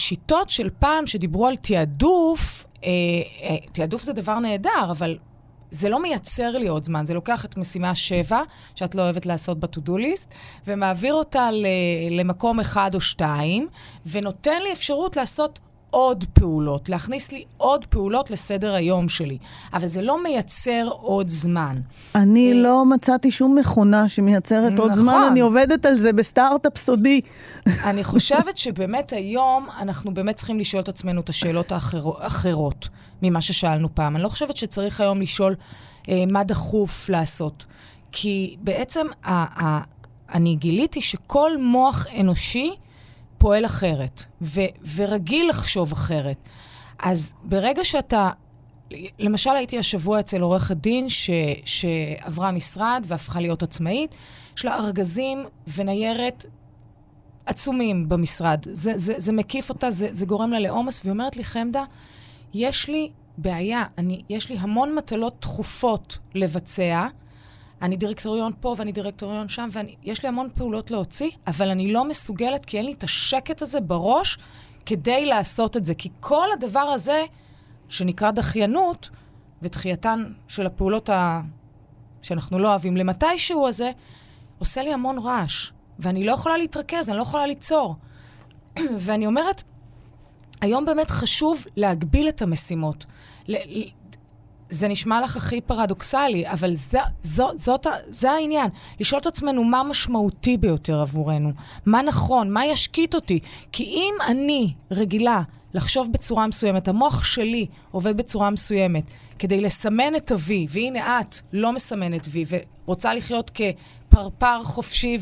השיטות של פעם שדיברו על תיעדוף, תיעדוף זה דבר נהדר, אבל זה לא מייצר לי עוד זמן, זה לוקח את משימה 7, שאת לא אוהבת לעשות ב-to-do list, ומעביר אותה למקום 1 או 2, ונותן לי אפשרות לעשות עוד פעולות, להכניס לי עוד פעולות לסדר היום שלי. אבל זה לא מייצר עוד זמן. אני לא מצאתי שום מכונה שמייצרת עוד זמן, אני עובדת על זה בסטארט-אפ סודי. אני חושבת שבאמת היום אנחנו באמת צריכים לשאול את עצמנו את השאלות האחרות ממה ששאלנו פעם. אני לא חושבת שצריך היום לשאול מה דחוף לעשות. כי בעצם אני גיליתי שכל מוח אנושי פועל אחרת, ורגיל לחשוב אחרת. אז ברגע שאתה, למשל הייתי השבוע אצל עורכת דין שעברה משרד והפכה להיות עצמאית, יש לה ארגזים וניירת עצומים במשרד. זה מקיף אותה, זה גורם לה לעומס, והיא אומרת לי, חמדה, יש לי בעיה, יש לי המון מטלות דחופות לבצע, אני דירקטוריון פה ואני דירקטוריון שם, ויש לי המון פעולות להוציא, אבל אני לא מסוגלת, כי אין לי את השקט הזה בראש כדי לעשות את זה. כי כל הדבר הזה, שנקרא דחיינות, ודחייתן של הפעולות שאנחנו לא אוהבים למתישהו הזה, עושה לי המון רעש. ואני לא יכולה להתרכז, אני לא יכולה ליצור. ואני אומרת, היום באמת חשוב להגביל את המשימות. זה נשמע לך הכי פרדוקסלי, אבל זה העניין. לשאול את עצמנו מה משמעותי ביותר עבורנו, מה נכון, מה ישקיט אותי. כי אם אני רגילה לחשוב בצורה מסוימת, המוח שלי עובד בצורה מסוימת, כדי לסמן את ה-V, והנה את לא מסמנת V, ורוצה לחיות כפרפר חופשי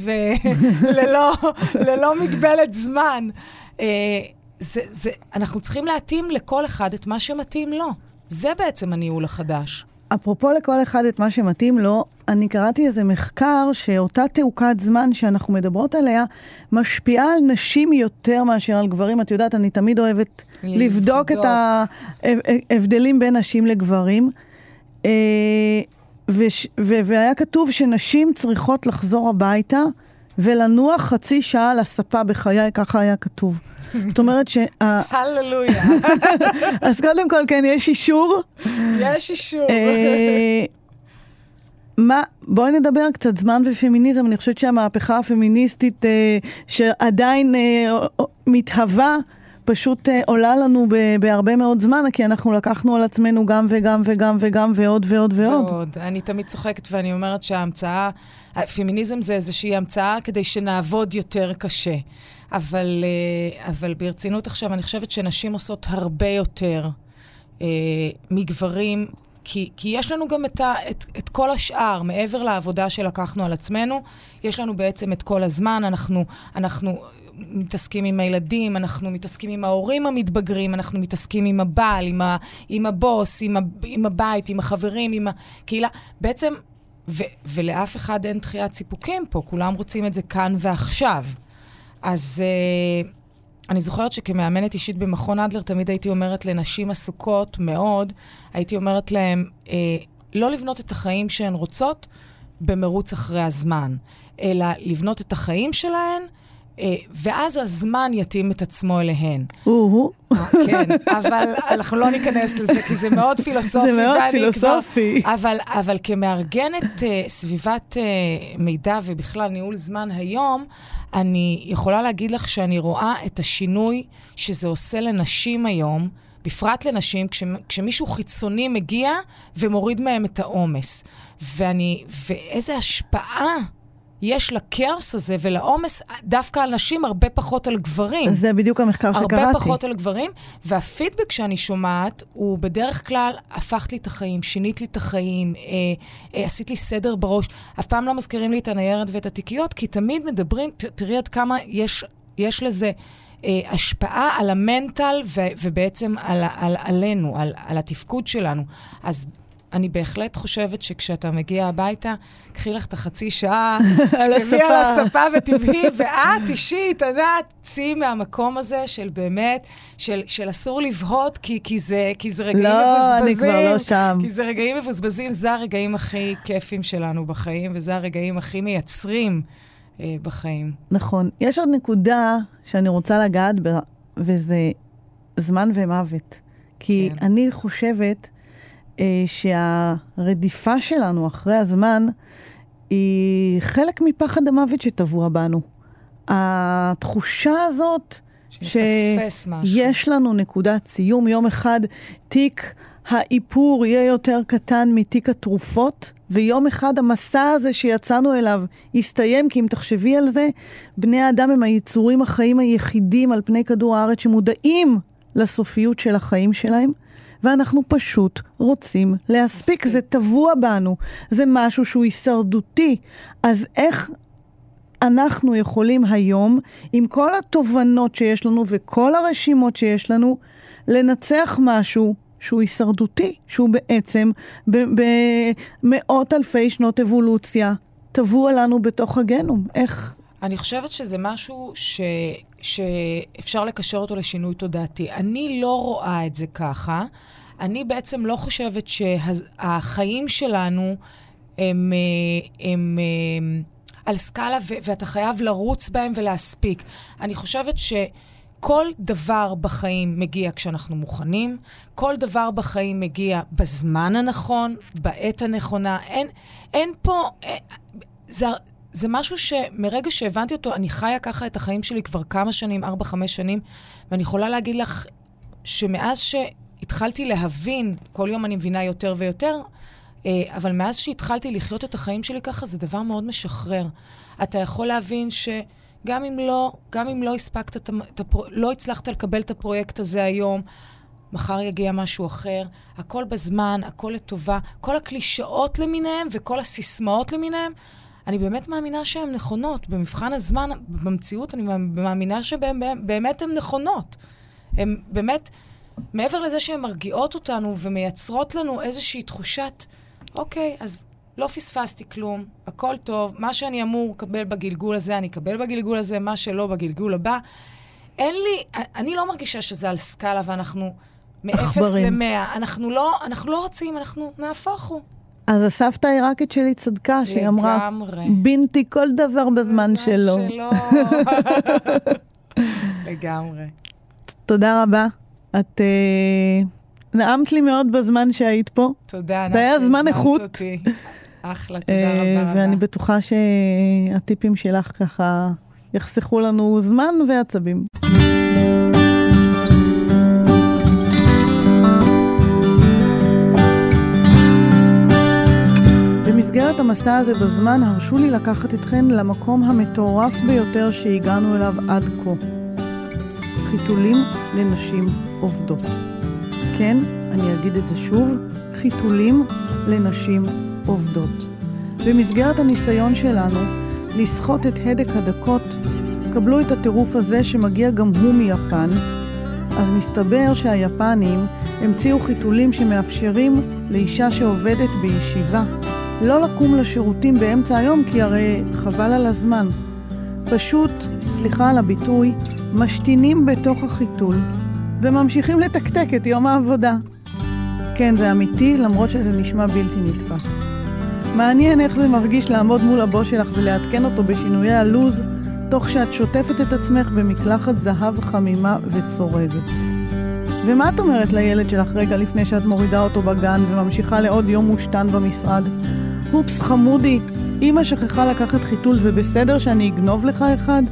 וללא מגבלת זמן. אנחנו צריכים להתאים לכל אחד את מה שמתאים לו. זה בעצם הניהול החדש. אפרופו לכל אחד את מה שמתאים לו, אני קראתי איזה מחקר שאותה תעוקת זמן שאנחנו מדברות עליה, משפיעה על נשים יותר מאשר על גברים. את יודעת, אני תמיד אוהבת לבדוק את ההבדלים בין נשים לגברים. והיה כתוב שנשים צריכות לחזור הביתה ולנוח חצי שעה על הספה בחיי, ככה היה כתוב. זאת אומרת הללויה. אז קודם כל, כן, יש אישור. יש אישור. בואי נדבר קצת זמן ופמיניזם. אני חושבת שהמהפכה הפמיניסטית שעדיין מתהווה, פשוט עולה לנו בהרבה מאוד זמן, כי אנחנו לקחנו על עצמנו גם וגם וגם וגם ועוד ועוד ועוד. אני תמיד צוחקת ואני אומרת שההמצאה, הפמיניזם זה איזושהי המצאה כדי שנעבוד יותר קשה. אבל ברצינות עכשיו, אני חושבת שנשים עושות הרבה יותר מגברים, כי יש לנו גם את כל השאר, מעבר לעבודה שלקחנו על עצמנו, יש לנו בעצם את כל הזמן, אנחנו מתעסקים עם הילדים, אנחנו מתעסקים עם ההורים המתבגרים, אנחנו מתעסקים עם הבעל, עם הבוס, עם הבית, עם החברים, עם הקהילה. בעצם, ולאף אחד אין דחיית סיפוקים פה, כולם רוצים את זה כאן ועכשיו. אז אני זוכרת שכמאמנת אישית במכון אדלר, תמיד הייתי אומרת לנשים עסוקות מאוד, הייתי אומרת להם, לא לבנות את החיים שהן רוצות במרוץ אחרי הזמן, אלא לבנות את החיים שלהן, ואז הזמן יתאים את עצמו אליהן. כן, אבל אנחנו לא ניכנס לזה, כי זה מאוד פילוסופי. זה מאוד פילוסופי. אבל כמארגנת סביבת מידע ובכלל ניהול זמן היום, אני יכולה להגיד לך שאני רואה את השינוי שזה עושה לנשים היום, בפרט לנשים, כשמישהו חיצוני מגיע ומוריד מהם את העומס. ואיזה השפעה יש לקאוס הזה ולעומס דווקא על נשים, הרבה פחות על גברים. זה בדיוק המחקר שקראתי. הרבה פחות על גברים, והפידבק שאני שומעת, הוא בדרך כלל, הפכת לי את החיים, שינית לי את החיים, עשית לי סדר בראש. אף פעם לא מזכירים לי את הניירת ואת התיקיות, כי תמיד מדברים, תראי עד כמה יש לזה השפעה על המנטל, ובעצם עלינו, על התפקוד שלנו. אז אני בהחלט חושבת שכשאתה מגיע הביתה, קחי לך את החצי שעה, שכבי על הספה ותבהי, ואת אישית, ענת, צאי מהמקום הזה של באמת, של אסור לבהות, כי זה רגעים מבוזבזים. לא, אני כבר לא שם. כי זה רגעים מבוזבזים, זה הרגעים הכי כיפים שלנו בחיים, וזה הרגעים הכי מייצרים בחיים. נכון. יש עוד נקודה שאני רוצה לגעת בה, וזה זמן ומוות. כי אני חושבת שהרדיפה שלנו אחרי הזמן היא חלק מפחד המוות שטבוע בנו. התחושה הזאת שיש לנו נקודת סיום, יום אחד תיק האיפור יהיה יותר קטן מתיק התרופות, ויום אחד המסע הזה שיצאנו אליו יסתיים, כי אם תחשבי על זה, בני האדם הם היצורים החיים היחידים על פני כדור הארץ שמודעים לסופיות של החיים שלהם, ואנחנו פשוט רוצים להספיק. זה טבוע בנו, זה משהו שהוא הישרדותי. אז איך אנחנו יכולים היום, עם כל התובנות שיש לנו וכל הרשימות שיש לנו, לנצח משהו שהוא הישרדותי, שהוא בעצם במאות אלפי שנות אבולוציה, טבוע לנו בתוך הגנום? איך? אני חושבת שזה משהו שאפשר לקשר אותו לשינוי תודעתי. אני לא רואה את זה ככה. אני בעצם לא חושבת שהחיים שלנו הם על סקאלה ואתה חייב לרוץ בהם ולהספיק. אני חושבת כל דבר בחיים מגיע כשאנחנו מוכנים, כל דבר בחיים מגיע בזמן הנכון, בעת הנכונה. אין פה, זה משהו שמרגע שהבנתי אותו, אני חיה ככה את החיים שלי כבר כמה שנים, 4-5 שנים, ואני יכולה להגיד לך שמאז שהתחלתי להבין, כל יום אני מבינה יותר ויותר, אבל מאז שהתחלתי לחיות את החיים שלי ככה, זה דבר מאוד משחרר. אתה יכול להבין גם אם לא הספקת, לא הצלחת לקבל את הפרויקט הזה היום, מחר יגיע משהו אחר, הכל בזמן, הכל לטובה, כל הקלישאות למיניהם וכל הסיסמאות למיניהם, אני באמת מאמינה שהן נכונות. במבחן הזמן, במציאות, אני מאמינה שבאמת הן נכונות. הן באמת, מעבר לזה שהן מרגיעות אותנו ומייצרות לנו איזושהי תחושת, אוקיי, אז לא פספסתי כלום, הכל טוב, מה שאני אמור לקבל בגלגול הזה, אני אקבל בגלגול הזה, מה שלא בגלגול הבא. אני לא מרגישה שזה על סקאלה, ואנחנו מ-0 ל-100. אנחנו לא רוצים, אנחנו נהפוכו. אז הסבתא העיראקית שלי צדקה, שהיא אמרה, בינתי כל דבר בזמן שלו. לגמרי. תודה רבה. את נעמת לי מאוד בזמן שהיית פה. תודה, זה היה זמן איכות. אחלה, תודה רבה. ואני בטוחה שהטיפים שלך ככה יחסכו לנו זמן ועצבים. במסגרת המסע הזה בזמן, הרשו לי לקחת אתכן למקום המטורף ביותר שהגענו אליו עד כה. חיתולים לנשים עובדות. כן, אני אגיד את זה שוב, חיתולים לנשים עובדות. במסגרת הניסיון שלנו לסחוט את הדק הדקות, קבלו את הטירוף הזה שמגיע גם הוא מיפן, אז מסתבר שהיפנים המציאו חיתולים שמאפשרים לאישה שעובדת בישיבה לא לקום לשירותים באמצע היום, כי הרי חבל על הזמן. פשוט, סליחה על הביטוי, משתינים בתוך החיתול וממשיכים לתקתק את יום העבודה. כן, זה אמיתי, למרות שזה נשמע בלתי נתפס. מעניין איך זה מרגיש לעמוד מול הבוס שלך ולעדכן אותו בשינויי הלוז, תוך שאת שוטפת את עצמך במקלחת זהב חמימה וצורבת. ומה את אומרת לילד שלך רגע לפני שאת מורידה אותו בגן וממשיכה לעוד יום מושתן במשרד? אופס חמודי, אמא שכחה לקחת חיתול, זה בסדר שאני אגנוב לך אחד?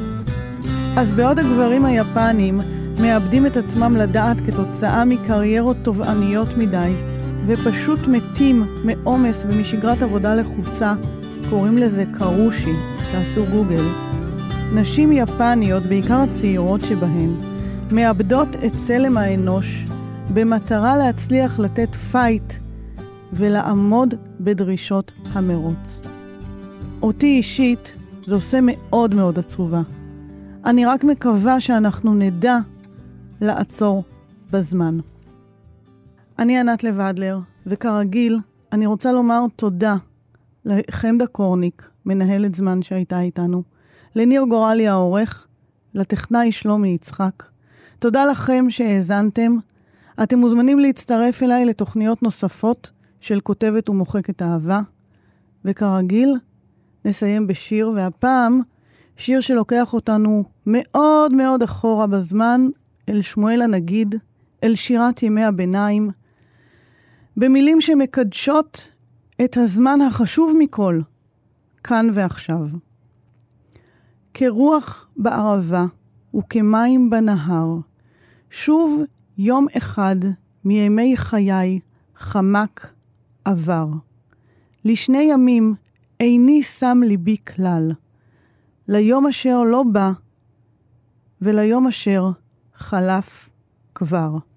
אז בעוד הגברים היפנים מאבדים את עצמם לדעת כתוצאה מקריירות תובעניות מדי, ופשוט מתים מעומס ומשגרת עבודה לחוצה, קוראים לזה קרושי, תעשו גוגל. נשים יפניות, בעיקר הצעירות שבהן, מאבדות את צלם האנוש במטרה להצליח לתת פייט ולעמוד בדרישות המרוץ. אותי אישית זה עושה מאוד מאוד עצובה. אני רק מקווה שאנחנו נדע לעצור בזמן. אני ענת לבדלר, וכרגיל אני רוצה לומר תודה לחמדה קורניק, מנהלת זמן שהייתה איתנו, לניר גורלי העורך, לטכנאי שלומי יצחק. תודה לכם שהאזנתם. אתם מוזמנים להצטרף אליי לתוכניות נוספות של כותבת ומוחקת אהבה. וכרגיל, נסיים בשיר, והפעם שיר שלוקח אותנו מאוד מאוד אחורה בזמן, אל שמואל הנגיד, אל שירת ימי הביניים. במילים שמקדשות את הזמן החשוב מכל, כאן ועכשיו. כרוח בערבה וכמים בנהר, שוב יום אחד מימי חיי חמק עבר. לשני ימים איני שם ליבי כלל, ליום אשר לא בא וליום אשר חלף כבר.